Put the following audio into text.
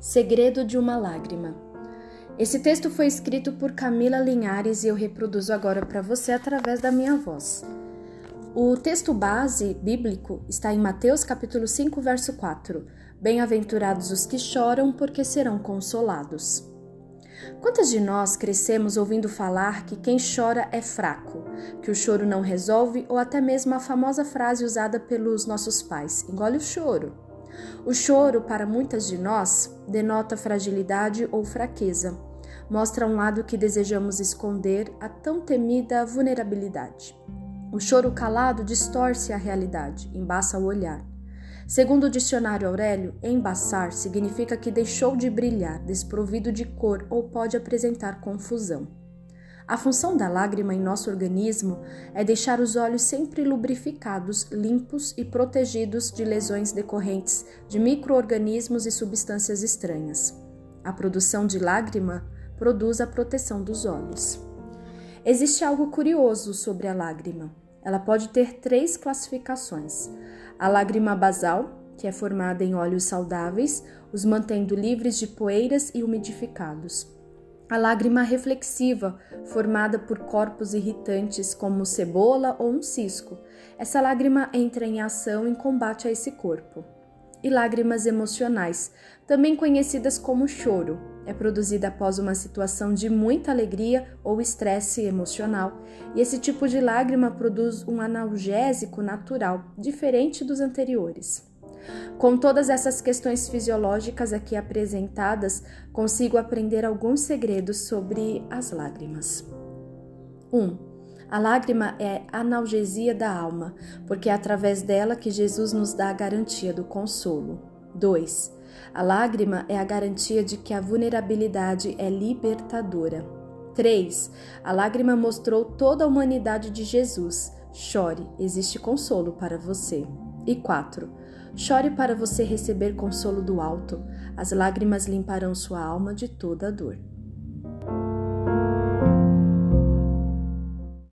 Segredo de uma lágrima. Esse texto foi escrito por Camila Linhares e eu reproduzo agora para você através da minha voz. O texto base bíblico está em Mateus capítulo 5, verso 4. Bem-aventurados os que choram, porque serão consolados. Quantas de nós crescemos ouvindo falar que quem chora é fraco, que o choro não resolve, ou até mesmo a famosa frase usada pelos nossos pais: engole o choro. O choro, para muitas de nós, denota fragilidade ou fraqueza. Mostra um lado que desejamos esconder, a tão temida vulnerabilidade. O choro calado distorce a realidade, embaça o olhar. Segundo o dicionário Aurélio, embaçar significa que deixou de brilhar, desprovido de cor ou pode apresentar confusão. A função da lágrima em nosso organismo é deixar os olhos sempre lubrificados, limpos e protegidos de lesões decorrentes de micro-organismos e substâncias estranhas. A produção de lágrima produz a proteção dos olhos. Existe algo curioso sobre a lágrima. Ela pode ter 3 classificações. A lágrima basal, que é formada em óleos saudáveis, os mantendo livres de poeiras e umidificados. A lágrima reflexiva, formada por corpos irritantes como cebola ou um cisco. Essa lágrima entra em ação em combate a esse corpo. E lágrimas emocionais, também conhecidas como choro, é produzida após uma situação de muita alegria ou estresse emocional, e esse tipo de lágrima produz um analgésico natural, diferente dos anteriores. Com todas essas questões fisiológicas aqui apresentadas, consigo aprender alguns segredos sobre as lágrimas. 1. A lágrima é analgesia da alma, porque é através dela que Jesus nos dá a garantia do consolo. 2. A lágrima é a garantia de que a vulnerabilidade é libertadora. 3. A lágrima mostrou toda a humanidade de Jesus. Chore, existe consolo para você. E 4. Chore para você receber consolo do alto. As lágrimas limparão sua alma de toda dor.